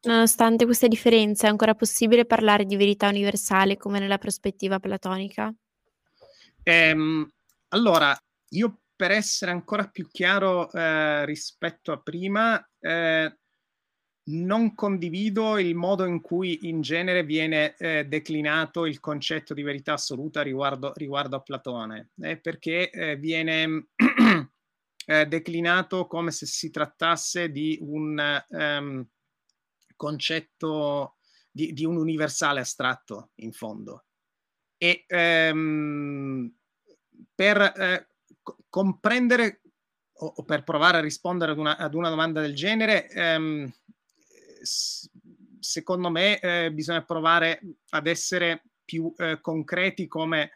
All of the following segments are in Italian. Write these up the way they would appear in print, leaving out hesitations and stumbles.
Nonostante queste differenze, è ancora possibile parlare di verità universale come nella prospettiva platonica? Ehm, allora, io per essere ancora più chiaro, rispetto a prima, non condivido il modo in cui in genere viene, declinato il concetto di verità assoluta riguardo a Platone, perché, viene declinato come se si trattasse di un, concetto di un universale astratto in fondo. E per comprendere o per provare a rispondere ad una domanda del genere, secondo me bisogna provare ad essere più concreti, come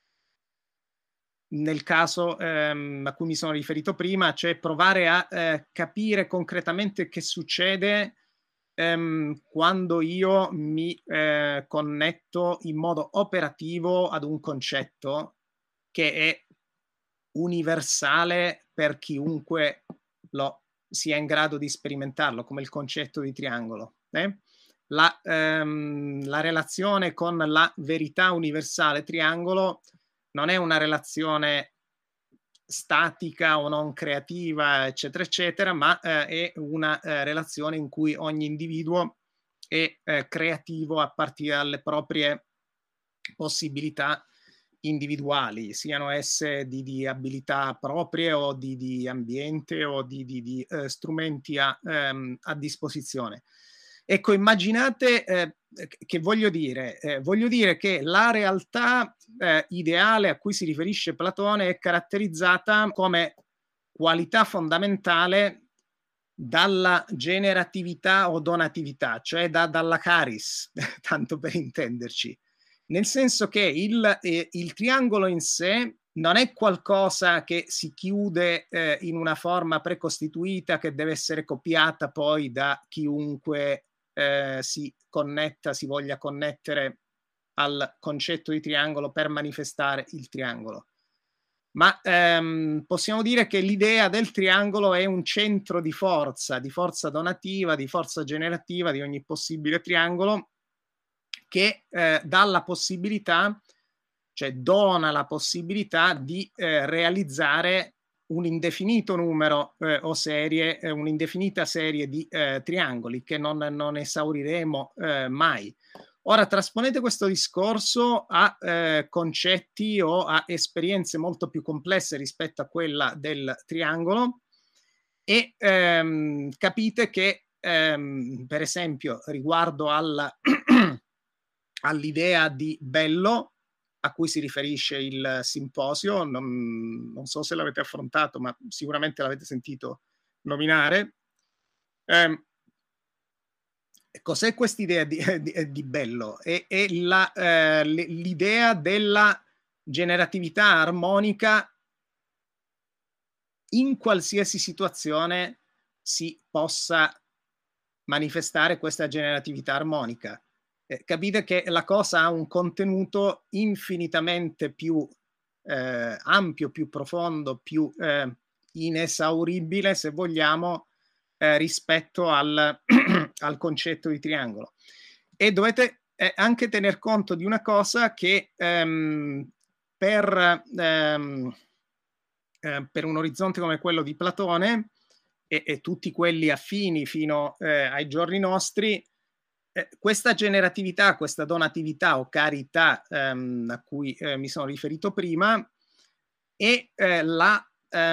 nel caso a cui mi sono riferito prima, cioè provare a capire concretamente che succede quando io mi connetto in modo operativo ad un concetto che è universale per chiunque lo sia in grado di sperimentarlo, come il concetto di triangolo. La relazione con la verità universale triangolo non è una relazione statica o non creativa, eccetera, eccetera, ma è una relazione in cui ogni individuo è creativo a partire dalle proprie possibilità individuali, siano esse di abilità proprie o di ambiente o di strumenti a disposizione. Ecco, immaginate che voglio dire che la realtà ideale a cui si riferisce Platone è caratterizzata come qualità fondamentale dalla generatività o donatività, cioè dalla charis, tanto per intenderci. Nel senso che il triangolo in sé non è qualcosa che si chiude in una forma precostituita che deve essere copiata poi da chiunque si connetta, si voglia connettere al concetto di triangolo per manifestare il triangolo. Ma possiamo dire che l'idea del triangolo è un centro di forza donativa, di forza generativa di ogni possibile triangolo, che dà la possibilità, cioè dona la possibilità di realizzare un indefinito numero o serie, un'indefinita serie di triangoli che non esauriremo mai. Ora trasponete questo discorso a concetti o a esperienze molto più complesse rispetto a quella del triangolo e capite che per esempio riguardo all'idea di bello a cui si riferisce il simposio, non so se l'avete affrontato, ma sicuramente l'avete sentito nominare. Cos'è quest'idea di bello? È l'idea della generatività armonica in qualsiasi situazione si possa manifestare questa generatività armonica. Capite che la cosa ha un contenuto infinitamente più ampio, più profondo, più inesauribile, se vogliamo, rispetto al concetto di triangolo. E dovete anche tener conto di una cosa, che per un orizzonte come quello di Platone e tutti quelli affini fino ai giorni nostri, questa generatività, questa donatività o carità a cui mi sono riferito prima è la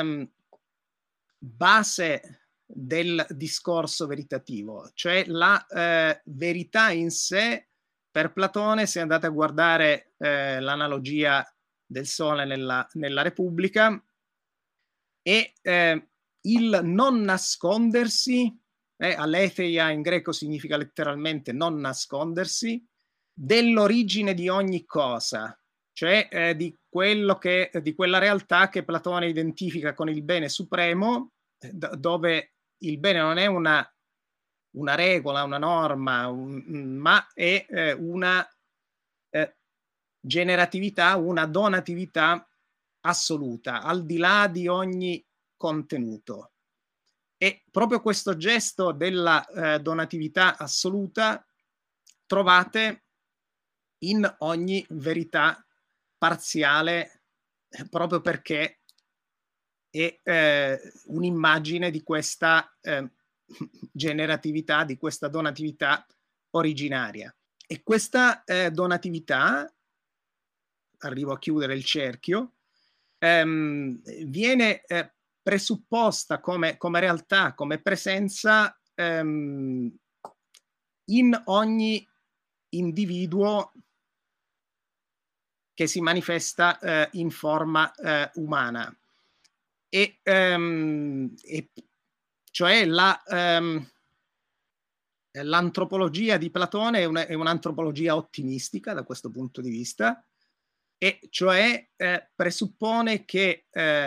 base del discorso veritativo, cioè la verità in sé. Per Platone, se andate a guardare l'analogia del Sole nella Repubblica, e il non nascondersi, aletheia in greco significa letteralmente non nascondersi, dell'origine di ogni cosa, cioè di quella realtà che Platone identifica con il bene supremo, dove il bene non è una regola, una norma, ma è una generatività, una donatività assoluta, al di là di ogni contenuto. E proprio questo gesto della donatività assoluta trovate in ogni verità parziale, proprio perché è un'immagine di questa generatività, di questa donatività originaria. E questa donatività, arrivo a chiudere il cerchio, viene presupposta come realtà, come presenza in ogni individuo che si manifesta in forma umana. E cioè l'antropologia di Platone è un'antropologia ottimistica da questo punto di vista, e cioè presuppone che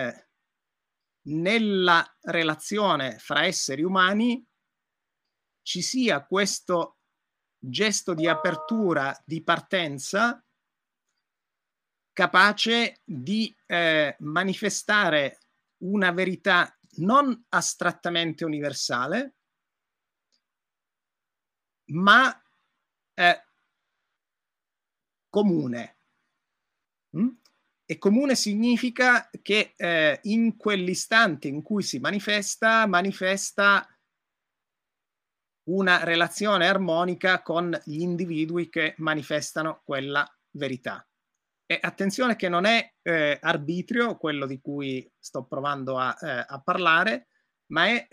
nella relazione fra esseri umani ci sia questo gesto di apertura, di partenza, capace di manifestare una verità non astrattamente universale, ma comune. E comune significa che in quell'istante in cui si manifesta una relazione armonica con gli individui che manifestano quella verità. E attenzione che non è arbitrio quello di cui sto provando a parlare, ma è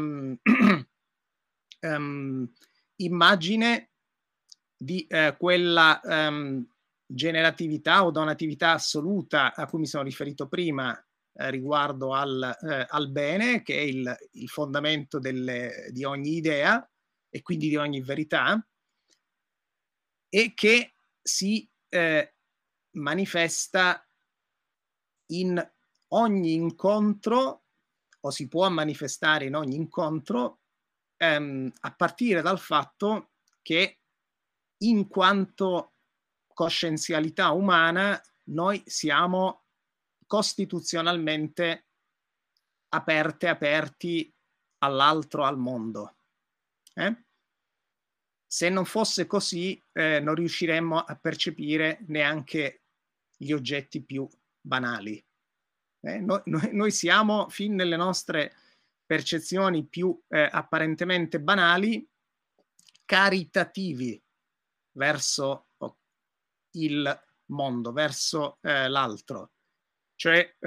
immagine di quella generatività o donatività assoluta a cui mi sono riferito prima riguardo al bene, che è il fondamento di ogni idea e quindi di ogni verità, e che si manifesta in ogni incontro, o si può manifestare in ogni incontro, a partire dal fatto che in quanto coscienzialità umana noi siamo costituzionalmente aperti all'altro, al mondo. Se non fosse così non riusciremmo a percepire neanche gli oggetti più banali. Noi siamo, fin nelle nostre percezioni più apparentemente banali, caritativi verso il mondo, verso l'altro. Cioè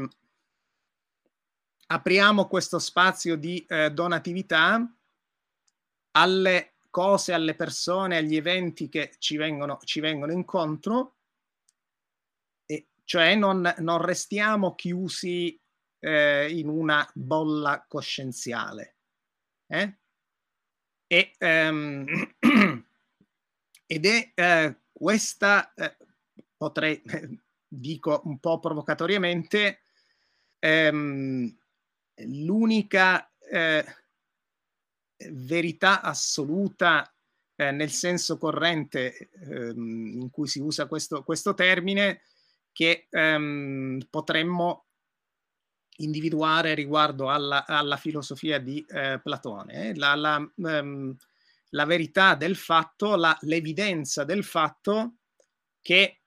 apriamo questo spazio di donatività alle cose, alle persone, agli eventi che ci vengono incontro, e cioè non restiamo chiusi in una bolla coscienziale. Ed è questa, potrei, dico un po' provocatoriamente, l'unica verità assoluta nel senso corrente in cui si usa questo termine, che potremmo individuare riguardo alla filosofia di Platone. La verità del fatto, l'evidenza del fatto che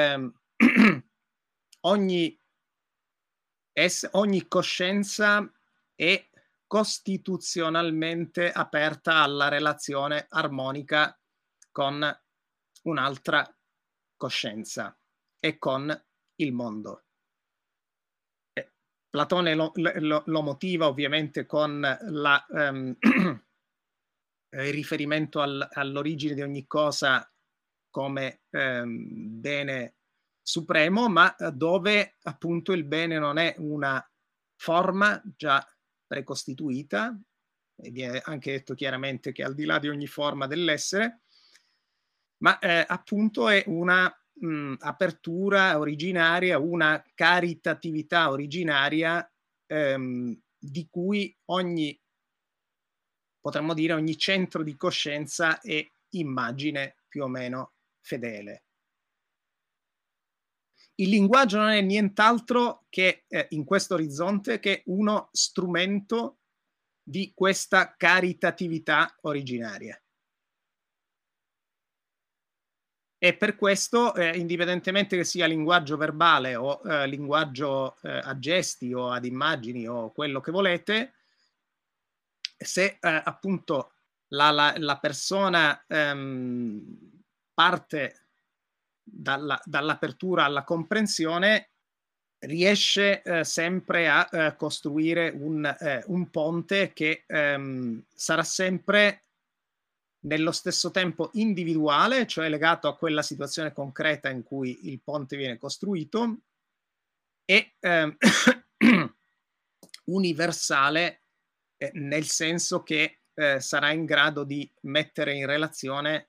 ogni coscienza è costituzionalmente aperta alla relazione armonica con un'altra coscienza e con il mondo. Platone lo motiva ovviamente con il riferimento all'origine di ogni cosa come bene supremo, ma dove appunto il bene non è una forma già precostituita, e viene anche detto chiaramente che è al di là di ogni forma dell'essere, ma appunto è una apertura originaria, una caritatività originaria di cui potremmo dire, ogni centro di coscienza è immagine più o meno fedele. Il linguaggio non è nient'altro che in questo orizzonte che uno strumento di questa caritatività originaria. E per questo, indipendentemente che sia linguaggio verbale o linguaggio a gesti o ad immagini o quello che volete, se appunto la persona parte dall'apertura alla comprensione, riesce sempre a costruire un ponte che sarà sempre nello stesso tempo individuale, cioè legato a quella situazione concreta in cui il ponte viene costruito, e universale nel senso che sarà in grado di mettere in relazione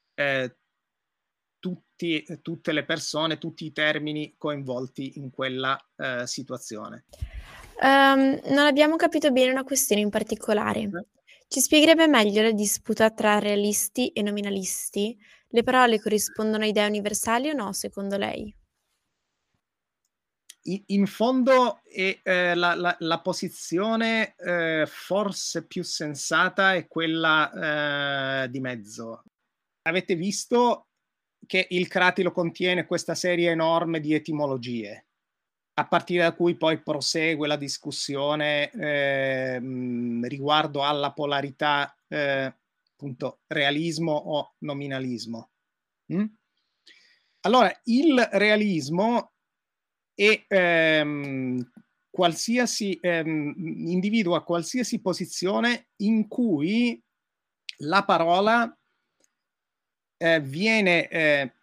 tutte le persone, tutti i termini coinvolti in quella situazione. Non abbiamo capito bene una questione in particolare. Ci spiegherebbe meglio la disputa tra realisti e nominalisti? Le parole corrispondono a idee universali o no, secondo lei? In fondo la posizione forse più sensata è quella di mezzo. Avete visto che il Cratilo contiene questa serie enorme di etimologie, a partire da cui poi prosegue la discussione riguardo alla polarità appunto realismo o nominalismo. Allora, il realismo è individua qualsiasi posizione in cui la parola viene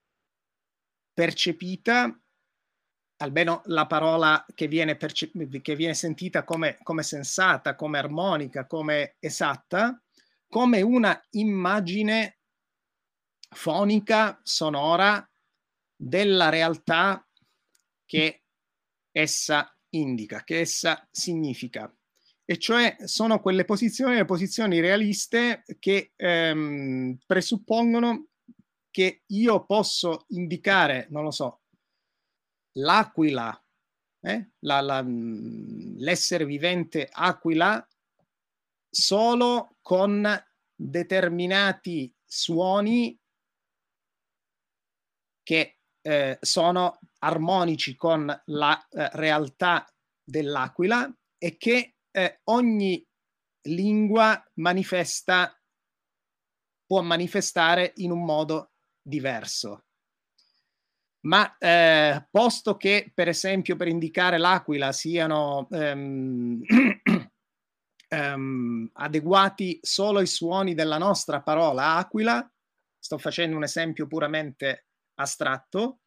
percepita, almeno la parola che viene sentita come sensata, come armonica, come esatta, come una immagine fonica, sonora della realtà che essa indica, che essa significa. E cioè sono quelle posizioni, le posizioni realiste che presuppongono che io posso indicare, non lo so, l'aquila, l'essere vivente aquila, solo con determinati suoni che sono armonici con la realtà dell'aquila e che ogni lingua può manifestare in un modo diverso. Ma posto che, per esempio, per indicare l'aquila siano adeguati solo i suoni della nostra parola aquila, sto facendo un esempio puramente astratto,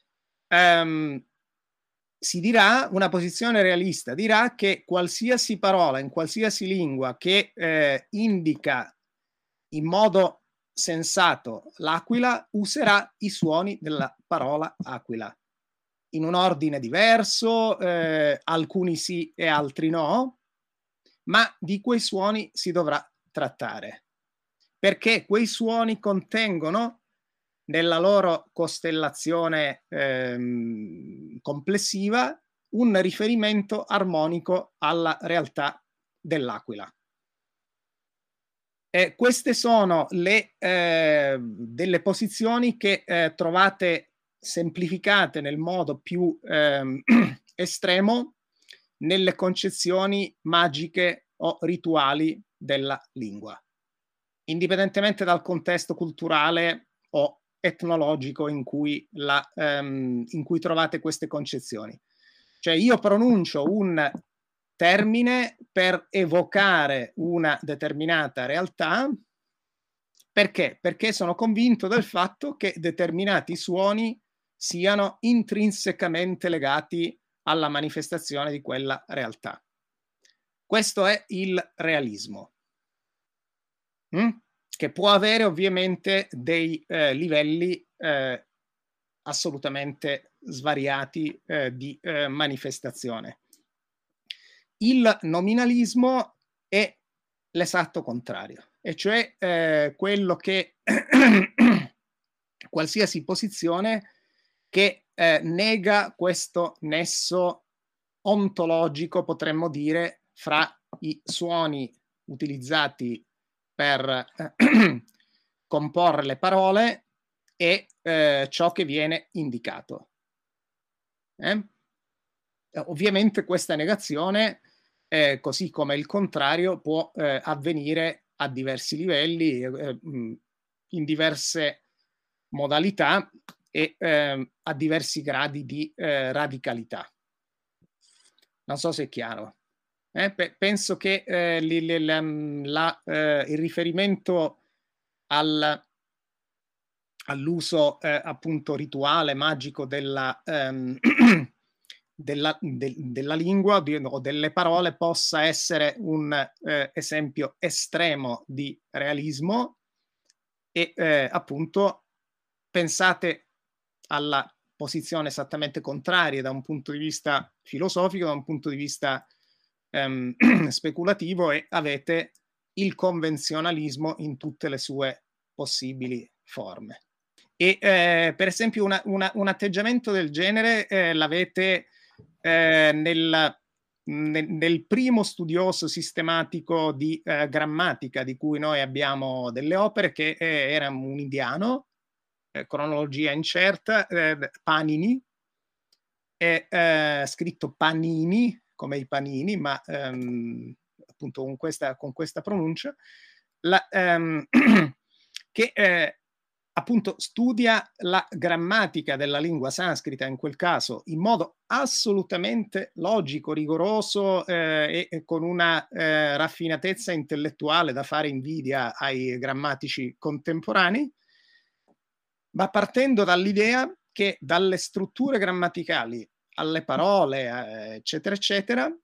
si dirà, una posizione realista dirà che qualsiasi parola in qualsiasi lingua che indica in modo sensato l'aquila userà i suoni della parola aquila in un ordine diverso, alcuni sì e altri no, ma di quei suoni si dovrà trattare, perché quei suoni contengono nella loro costellazione complessiva un riferimento armonico alla realtà dell'aquila. Queste sono delle posizioni che trovate semplificate nel modo più estremo nelle concezioni magiche o rituali della lingua, indipendentemente dal contesto culturale o etnologico in cui trovate queste concezioni. Cioè io pronuncio un termine per evocare una determinata realtà. Perché? Perché sono convinto del fatto che determinati suoni siano intrinsecamente legati alla manifestazione di quella realtà. Questo è il realismo, che può avere ovviamente dei livelli assolutamente svariati di manifestazione. Il nominalismo è l'esatto contrario, e cioè quello che qualsiasi posizione che nega questo nesso ontologico, potremmo dire, fra i suoni utilizzati per comporre le parole e ciò che viene indicato. Ovviamente questa negazione, così come il contrario, può avvenire a diversi livelli, in diverse modalità e a diversi gradi di radicalità. Non so se è chiaro. Penso che il riferimento all'uso appunto rituale, magico della lingua o delle parole possa essere un esempio estremo di realismo e appunto pensate alla posizione esattamente contraria da un punto di vista filosofico, da un punto di vista speculativo, e avete il convenzionalismo in tutte le sue possibili forme. E per esempio un atteggiamento del genere l'avete nel primo studioso sistematico di grammatica di cui noi abbiamo delle opere, che era un indiano, cronologia incerta, Panini, è scritto Panini come i panini, ma appunto con questa pronuncia, che appunto studia la grammatica della lingua sanscrita, in quel caso in modo assolutamente logico, rigoroso e con una raffinatezza intellettuale da fare invidia ai grammatici contemporanei, ma partendo dall'idea che dalle strutture grammaticali alle parole, eccetera, eccetera,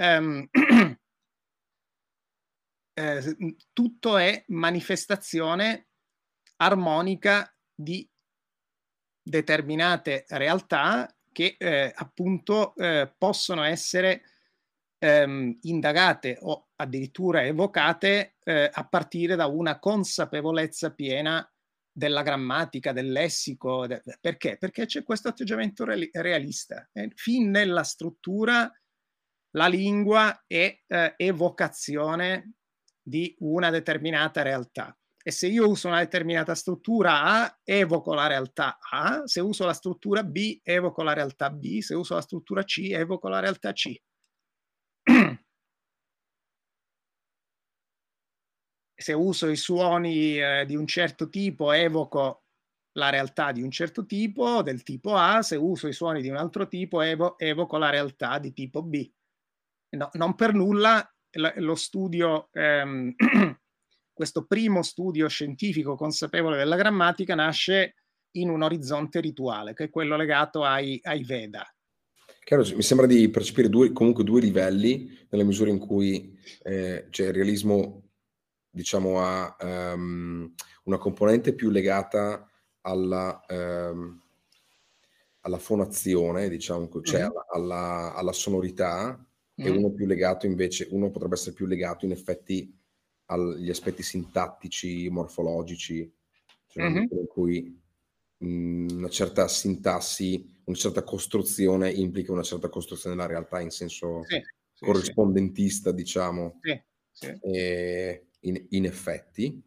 tutto è manifestazione armonica di determinate realtà che appunto possono essere indagate o addirittura evocate a partire da una consapevolezza piena della grammatica, del lessico. Perché? Perché c'è questo atteggiamento realista. Fin nella struttura la lingua è evocazione di una determinata realtà. E se io uso una determinata struttura A, evoco la realtà A; se uso la struttura B, evoco la realtà B; se uso la struttura C, evoco la realtà C. Se uso i suoni di un certo tipo, evoco la realtà di un certo tipo, del tipo A; se uso i suoni di un altro tipo, evoco la realtà di tipo B. No, non per nulla lo studio, questo primo studio scientifico consapevole della grammatica nasce in un orizzonte rituale, che è quello legato ai Veda. Chiaro, mi sembra di percepire comunque due livelli, nella misura in cui il realismo, diciamo, ha una componente più legata alla fonazione, diciamo, cioè alla sonorità, e uno più legato invece, uno potrebbe essere più legato in effetti agli aspetti sintattici, morfologici, cioè in cui una certa sintassi, una certa costruzione implica una certa costruzione della realtà in senso corrispondentista, diciamo, in effetti.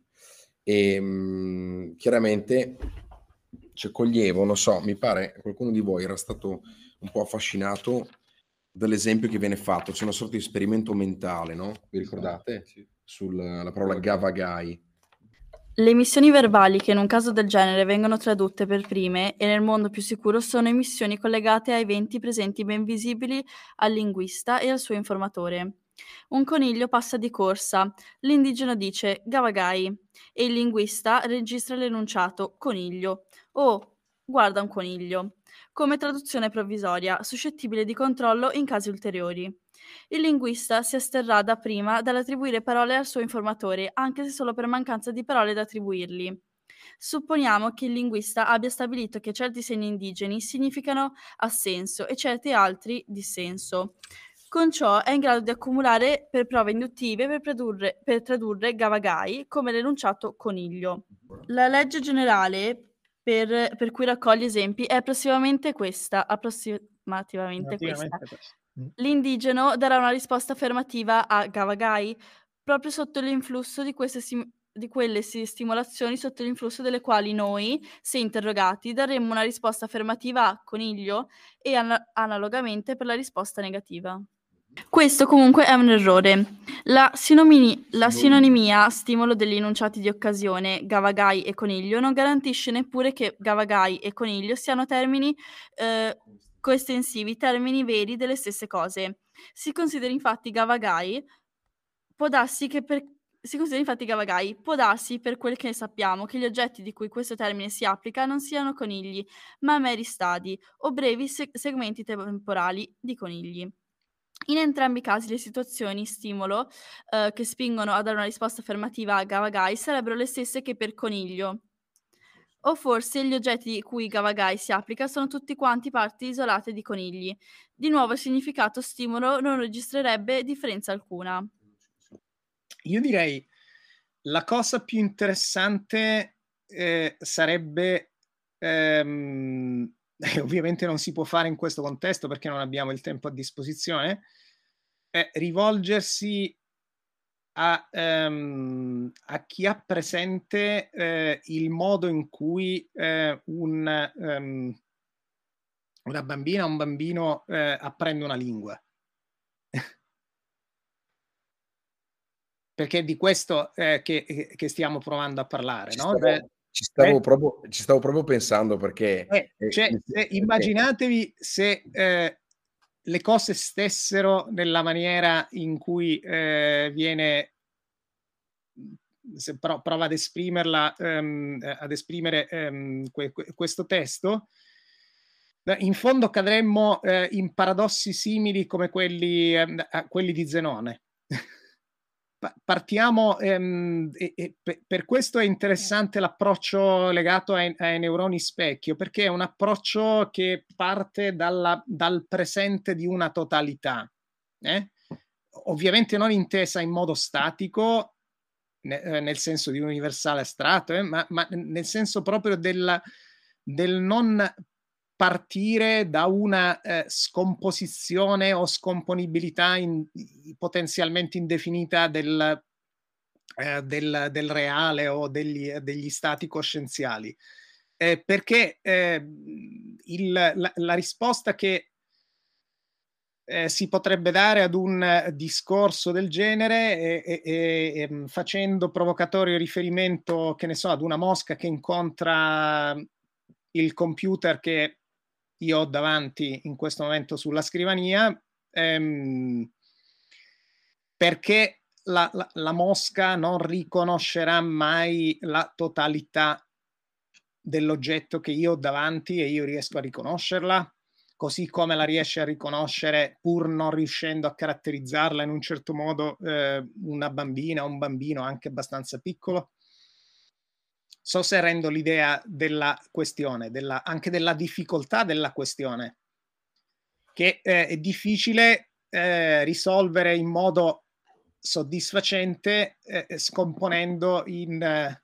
E chiaramente coglievo, non so, mi pare qualcuno di voi era stato un po' affascinato dall'esempio che viene fatto. C'è una sorta di esperimento mentale, no? Vi ricordate? Sì. Sulla parola gavagai. Le emissioni verbali che in un caso del genere vengono tradotte per prime e nel modo più sicuro sono emissioni collegate a eventi presenti ben visibili al linguista e al suo informatore. Un coniglio passa di corsa, l'indigeno dice gavagai e il linguista registra l'enunciato coniglio o guarda un coniglio come traduzione provvisoria, suscettibile di controllo in casi ulteriori. Il linguista si asterrà dapprima dall'attribuire parole al suo informatore, anche se solo per mancanza di parole da attribuirgli. Supponiamo che il linguista abbia stabilito che certi segni indigeni significano assenso e certi altri dissenso. Con ciò è in grado di accumulare per prove induttive per tradurre gavagai come l'enunciato coniglio. La legge generale per cui raccoglie esempi è approssimativamente questa. L'indigeno darà una risposta affermativa a Gavagai, proprio sotto l'influsso di quelle stimolazioni sotto l'influsso delle quali noi, se interrogati, daremmo una risposta affermativa a Coniglio e analogamente per la risposta negativa. Questo comunque è un errore. La sinonimia stimolo degli enunciati di occasione Gavagai e Coniglio non garantisce neppure che Gavagai e Coniglio siano termini coestensivi, termini veri delle stesse cose. Si consideri infatti Gavagai, può darsi, per quel che ne sappiamo, che gli oggetti di cui questo termine si applica non siano conigli, ma meri stadi o brevi segmenti temporali di conigli. In entrambi i casi le situazioni stimolo che spingono a dare una risposta affermativa a Gavagai sarebbero le stesse che per Coniglio. O forse gli oggetti di cui Gavagai si applica sono tutti quanti parti isolate di conigli. Di nuovo il significato stimolo non registrerebbe differenza alcuna. Io direi la cosa più interessante sarebbe, ovviamente non si può fare in questo contesto perché non abbiamo il tempo a disposizione, rivolgersi a chi ha presente il modo in cui una bambina o un bambino apprende una lingua. Perché è di questo che stiamo provando a parlare, no? Ci stavo proprio pensando perché... immaginatevi se le cose stessero nella maniera in cui viene... Se prova ad esprimerla, ad esprimere questo testo, in fondo cadremmo in paradossi simili come quelli di Zenone. Partiamo, per questo è interessante l'approccio legato ai neuroni specchio, perché è un approccio che parte dal presente di una totalità, ovviamente non intesa in modo statico, nel senso di universale astratto, ma nel senso proprio del non partire da una scomposizione o scomponibilità potenzialmente indefinita del reale o degli stati coscienziali, perché la risposta che si potrebbe dare ad un discorso del genere facendo provocatorio riferimento, che ne so, ad una mosca che incontra il computer che io ho davanti in questo momento sulla scrivania, perché la mosca non riconoscerà mai la totalità dell'oggetto che io ho davanti e io riesco a riconoscerla, così come la riesce a riconoscere, pur non riuscendo a caratterizzarla in un certo modo, una bambina o un bambino anche abbastanza piccolo. So se rendo l'idea della questione, anche della difficoltà della questione, che è difficile risolvere in modo soddisfacente scomponendo in...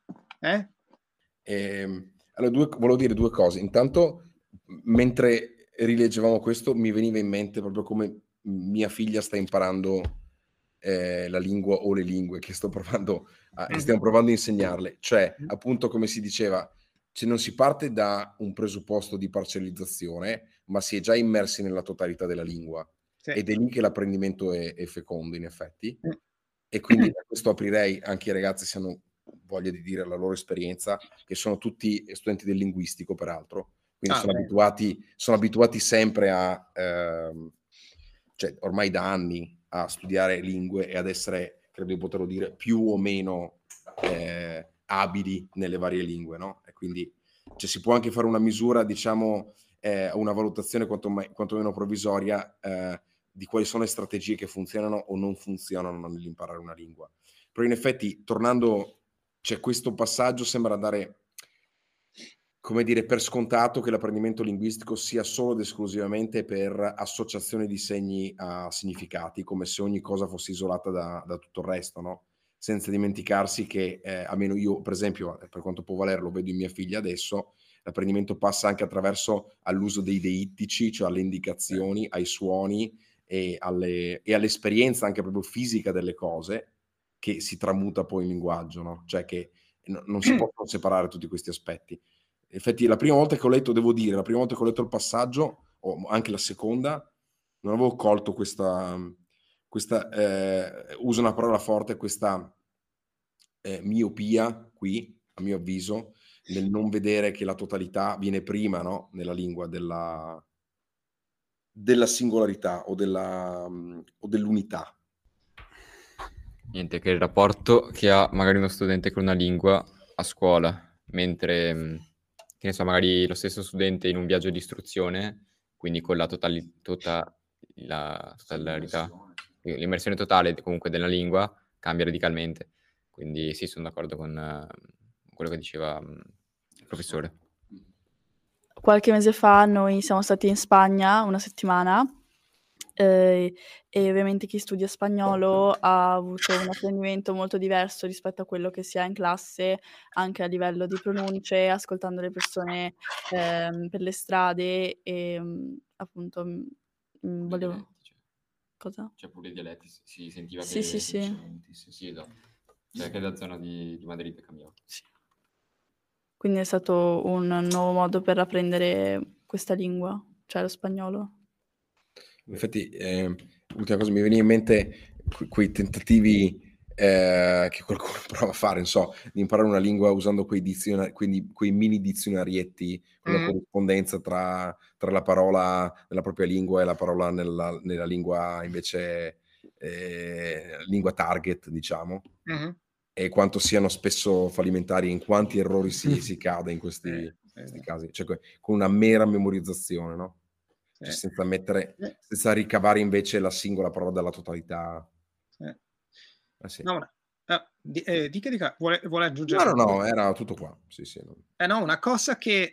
Allora, volevo dire due cose. Intanto, mentre rileggevamo questo, mi veniva in mente proprio come mia figlia sta imparando la lingua o le lingue che stiamo provando a insegnarle. Cioè, appunto, come si diceva, non si parte da un presupposto di parcellizzazione, ma si è già immersi nella totalità della lingua. Sì. Ed è lì che l'apprendimento è fecondo, in effetti. E quindi da questo aprirei anche ai ragazzi, se hanno voglia di dire la loro esperienza, che sono tutti studenti del linguistico, peraltro. Quindi sono abituati sempre a, cioè ormai da anni, a studiare lingue e ad essere, credo di poterlo dire, più o meno abili nelle varie lingue, no? E quindi si può anche fare una misura, diciamo, una valutazione quantomeno provvisoria di quali sono le strategie che funzionano o non funzionano nell'imparare una lingua. Però in effetti, tornando, questo passaggio sembra dare, come dire, per scontato che l'apprendimento linguistico sia solo ed esclusivamente per associazione di segni a significati, come se ogni cosa fosse isolata da tutto il resto, no? Senza dimenticarsi che, almeno io, per esempio, per quanto può valere, lo vedo in mia figlia adesso, l'apprendimento passa anche attraverso all'uso dei deittici, cioè alle indicazioni, ai suoni, e all'esperienza anche proprio fisica delle cose, che si tramuta poi in linguaggio, no? Cioè che non si possono separare tutti questi aspetti. In effetti la prima volta che ho letto, devo dire, la prima volta che ho letto il passaggio, o anche la seconda, non avevo colto questa uso una parola forte, questa miopia qui, a mio avviso, nel non vedere che la totalità viene prima, no? Nella lingua della singolarità o dell'unità. Niente, che il rapporto che ha magari uno studente con una lingua a scuola, mentre, che ne so, magari lo stesso studente in un viaggio di istruzione, quindi con la totalità, l'immersione totale comunque della lingua, cambia radicalmente. Quindi sì, sono d'accordo con quello che diceva il professore. Qualche mese fa noi siamo stati in Spagna una settimana e ovviamente chi studia spagnolo ha avuto un apprendimento molto diverso rispetto a quello che si ha in classe, anche a livello di pronunce, ascoltando le persone per le strade e appunto volevo... Cosa? Cioè pure i dialetti si sentiva Sì, che... sì, sì. Sì, esatto. Cioè che la zona di Madrid cambiava. Sì. Quindi è stato un nuovo modo per apprendere questa lingua, cioè lo spagnolo. In effetti, l'ultima cosa mi veniva in mente quei tentativi che qualcuno prova a fare, non so, di imparare una lingua usando quei dizionari, quindi quei mini dizionarietti con la corrispondenza tra la parola nella propria lingua e la parola nella lingua invece lingua target, diciamo. E quanto siano spesso fallimentari, in quanti errori si cade in questi casi, cioè con una mera memorizzazione, no? Cioè, senza ricavare invece la singola parola dalla totalità. Sì. No, dica, vuole aggiungere? No, era tutto qua. Sì, no, una cosa che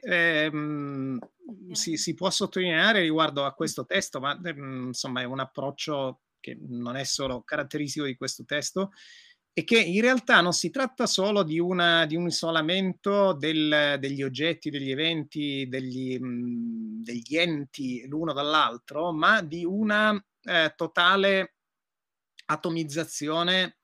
si può sottolineare riguardo a questo testo, ma insomma è un approccio che non è solo caratteristico di questo testo, è che in realtà non si tratta solo di un isolamento degli oggetti, degli eventi, degli enti l'uno dall'altro, ma di una totale atomizzazione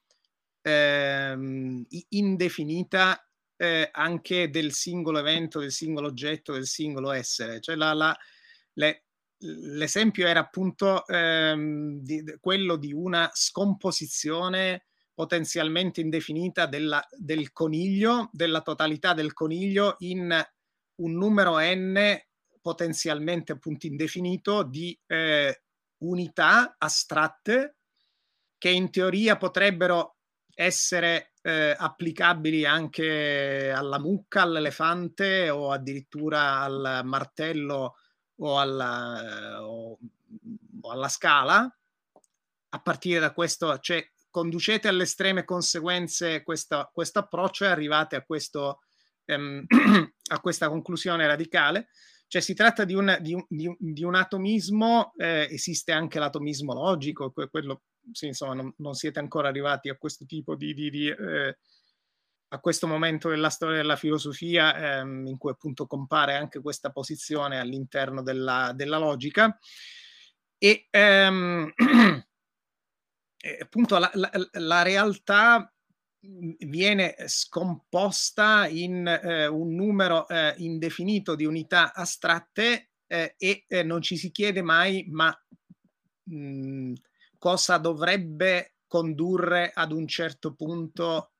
indefinita anche del singolo evento, del singolo oggetto, del singolo essere. Cioè l'esempio era appunto quello di una scomposizione potenzialmente indefinita del coniglio, della totalità del coniglio in un numero n potenzialmente appunto indefinito di unità astratte che in teoria potrebbero essere applicabili anche alla mucca, all'elefante o addirittura al martello o alla scala. A partire da questo, cioè conducete alle estreme conseguenze questo approccio e arrivate a questa conclusione radicale. Cioè si tratta di un atomismo, esiste anche l'atomismo logico, quello sì, insomma non siete ancora arrivati a questo tipo a questo momento della storia della filosofia in cui appunto compare anche questa posizione all'interno della logica e appunto la realtà viene scomposta in un numero indefinito di unità astratte e non ci si chiede mai ma cosa dovrebbe condurre ad un certo punto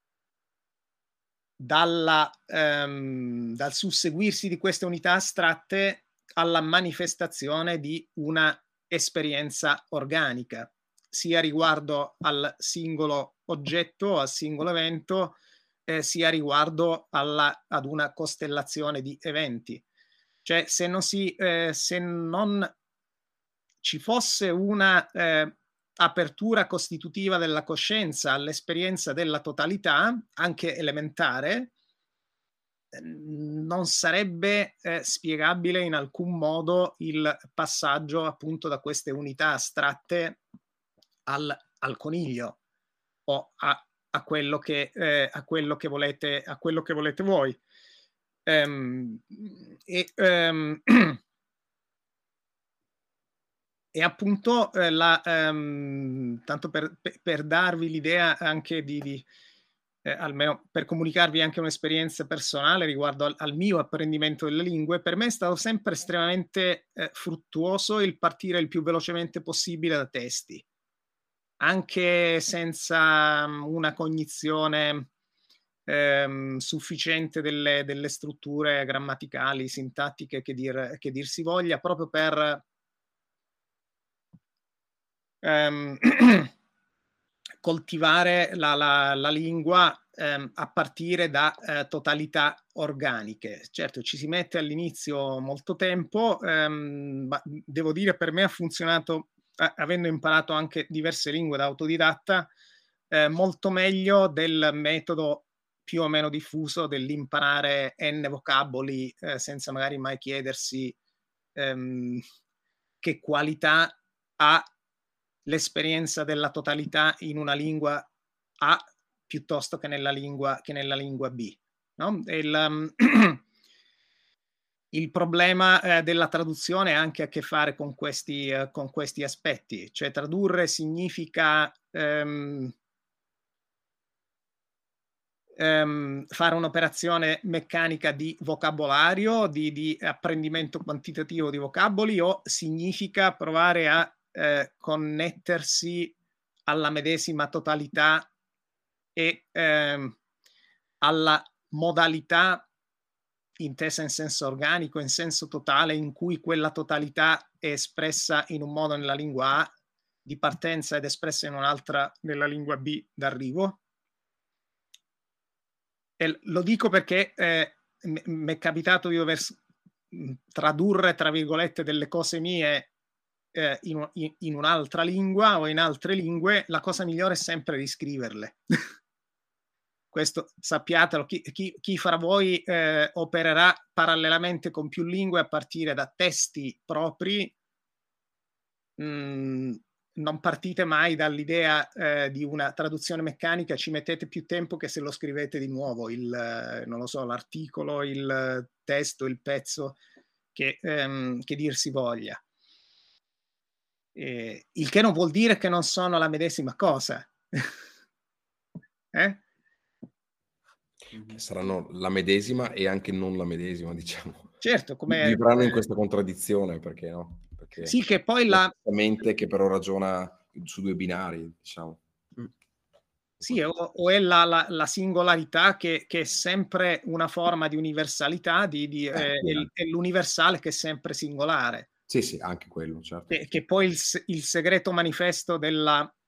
dal susseguirsi di queste unità astratte alla manifestazione di una esperienza organica, sia riguardo al singolo oggetto, al singolo evento, sia riguardo ad una costellazione di eventi. Cioè, se non ci fosse una apertura costitutiva della coscienza all'esperienza della totalità, anche elementare, non sarebbe spiegabile in alcun modo il passaggio appunto da queste unità astratte al coniglio o a quello che volete voi. E appunto, tanto per darvi l'idea anche almeno per comunicarvi anche un'esperienza personale riguardo al mio apprendimento delle lingue, per me è stato sempre estremamente fruttuoso il partire il più velocemente possibile da testi, anche senza una cognizione sufficiente delle strutture grammaticali, sintattiche che dir si voglia, proprio per coltivare la lingua a partire da totalità organiche. Certo, ci si mette all'inizio molto tempo, ma devo dire per me ha funzionato, avendo imparato anche diverse lingue da autodidatta, molto meglio del metodo più o meno diffuso dell'imparare n vocaboli senza magari mai chiedersi che qualità ha l'esperienza della totalità in una lingua A piuttosto che nella lingua B, no? Il problema della traduzione ha anche a che fare con questi aspetti, cioè tradurre significa fare un'operazione meccanica di vocabolario, di apprendimento quantitativo di vocaboli, o significa provare a connettersi alla medesima totalità e alla modalità intesa in senso organico, in senso totale, in cui quella totalità è espressa in un modo nella lingua A di partenza ed espressa in un'altra nella lingua B d'arrivo. E lo dico perché mi è capitato di dover tradurre, tra virgolette, delle cose mie in un'altra lingua o in altre lingue. La cosa migliore è sempre riscriverle. Questo sappiatelo, chi fra voi opererà parallelamente con più lingue a partire da testi propri, non partite mai dall'idea di una traduzione meccanica, ci mettete più tempo che se lo scrivete di nuovo, non lo so, l'articolo, il testo, il pezzo, che dir si voglia. Il che non vuol dire che non sono la medesima cosa. Saranno la medesima e anche non la medesima, diciamo. Certo, come vivranno in questa contraddizione, perché no? Perché sì, che poi la mente che però ragiona su due binari, diciamo. Sì, o è la singolarità che è sempre una forma di universalità, è l'universale che è sempre singolare. Sì, anche quello, certo. Che poi il segreto manifesto di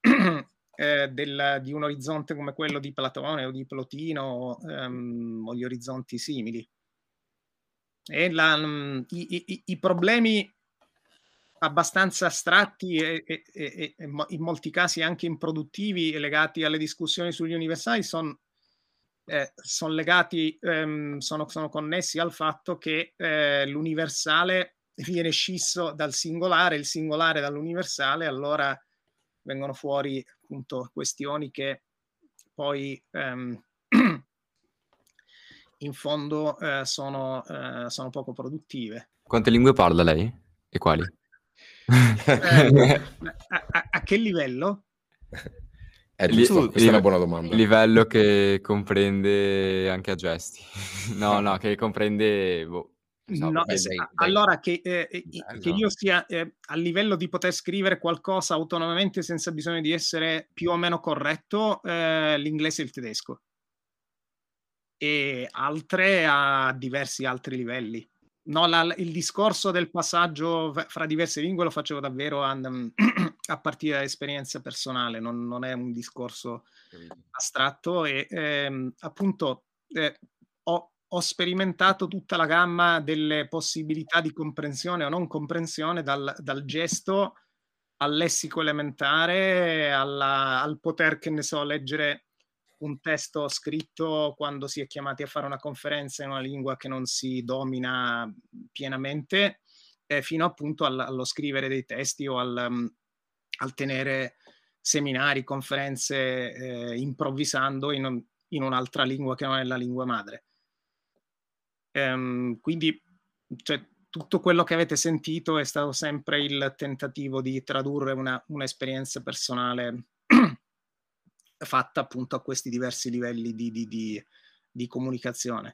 un orizzonte come quello di Platone o di Plotino o gli orizzonti simili. E i problemi abbastanza astratti e in molti casi anche improduttivi legati alle discussioni sugli universali sono legati, sono connessi al fatto che l'universale viene scisso dal singolare, il singolare dall'universale, allora vengono fuori appunto questioni che poi in fondo sono poco produttive. Quante lingue parla lei? E quali? A che livello? Questa è una buona domanda. Livello che comprende anche a gesti. No, che comprende... Allora che io sia a livello di poter scrivere qualcosa autonomamente senza bisogno di essere più o meno corretto, l'inglese e il tedesco, e altre a diversi altri livelli. No, il discorso del passaggio fra diverse lingue lo facevo davvero a partire dall'esperienza personale, non è un discorso astratto, e appunto ho sperimentato tutta la gamma delle possibilità di comprensione o non comprensione, dal gesto al lessico elementare, al poter, che ne so, leggere un testo scritto quando si è chiamati a fare una conferenza in una lingua che non si domina pienamente, fino appunto allo scrivere dei testi o al tenere seminari, conferenze improvvisando in un'altra lingua che non è la lingua madre. Quindi, cioè, tutto quello che avete sentito è stato sempre il tentativo di tradurre un'esperienza personale fatta appunto a questi diversi livelli di comunicazione.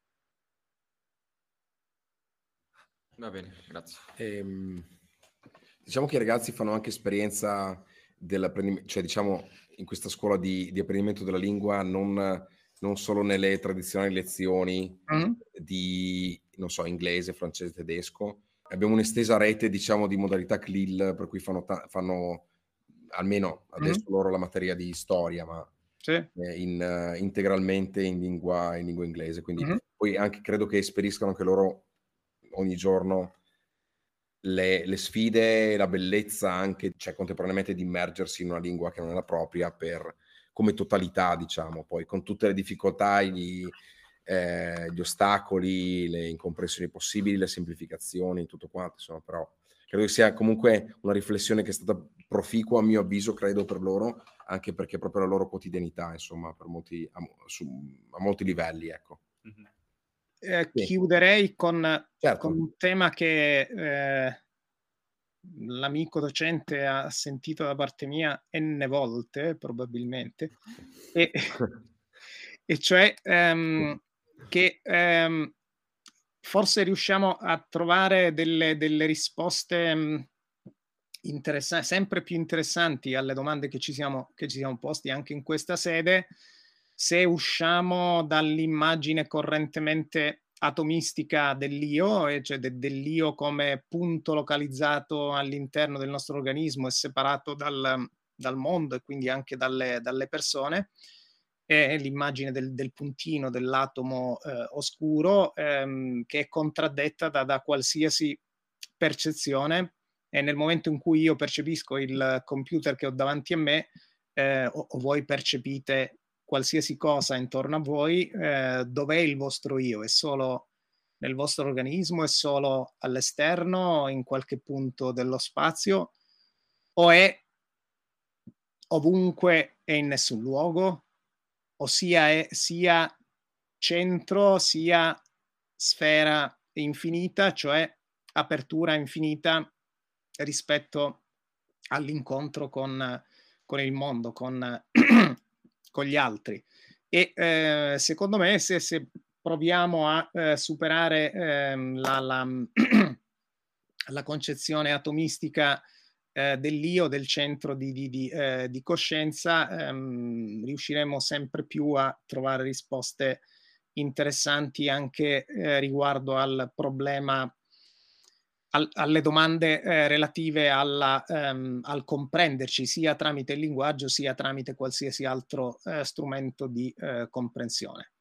Va bene, grazie. Diciamo che i ragazzi fanno anche esperienza dell'apprendimento, cioè diciamo in questa scuola di apprendimento della lingua non solo nelle tradizionali lezioni di, non so, inglese, francese, tedesco. Abbiamo un'estesa rete, diciamo, di modalità CLIL, per cui fanno almeno adesso loro la materia di storia, ma integralmente in lingua inglese. Quindi poi anche credo che esperiscano anche loro ogni giorno le sfide e la bellezza anche, cioè contemporaneamente, di immergersi in una lingua che non è la propria come totalità, diciamo, poi con tutte le difficoltà, gli ostacoli, le incomprensioni possibili, le semplificazioni, tutto quanto, insomma. Però credo che sia comunque una riflessione che è stata proficua, a mio avviso, credo, per loro, anche perché proprio la loro quotidianità, insomma, a molti livelli, ecco. Chiuderei con un tema che l'amico docente ha sentito da parte mia n volte, probabilmente, e cioè che forse riusciamo a trovare delle risposte sempre più interessanti alle domande che ci siamo posti anche in questa sede, se usciamo dall'immagine correntemente atomistica dell'io, cioè dell'io come punto localizzato all'interno del nostro organismo e separato dal mondo e quindi anche dalle persone, e l'immagine del puntino, dell'atomo oscuro, che è contraddetta da qualsiasi percezione, e nel momento in cui io percepisco il computer che ho davanti a me, o voi percepite qualsiasi cosa intorno a voi, dov'è il vostro io? È solo nel vostro organismo? È solo all'esterno, in qualche punto dello spazio? O è ovunque e in nessun luogo? O sia centro, sia sfera infinita, cioè apertura infinita rispetto all'incontro con il mondo, con gli altri. E secondo me, se proviamo a superare la concezione atomistica dell'io, del centro di coscienza, riusciremo sempre più a trovare risposte interessanti anche riguardo al problema, alle domande relative al comprenderci, sia tramite il linguaggio sia tramite qualsiasi altro strumento di comprensione.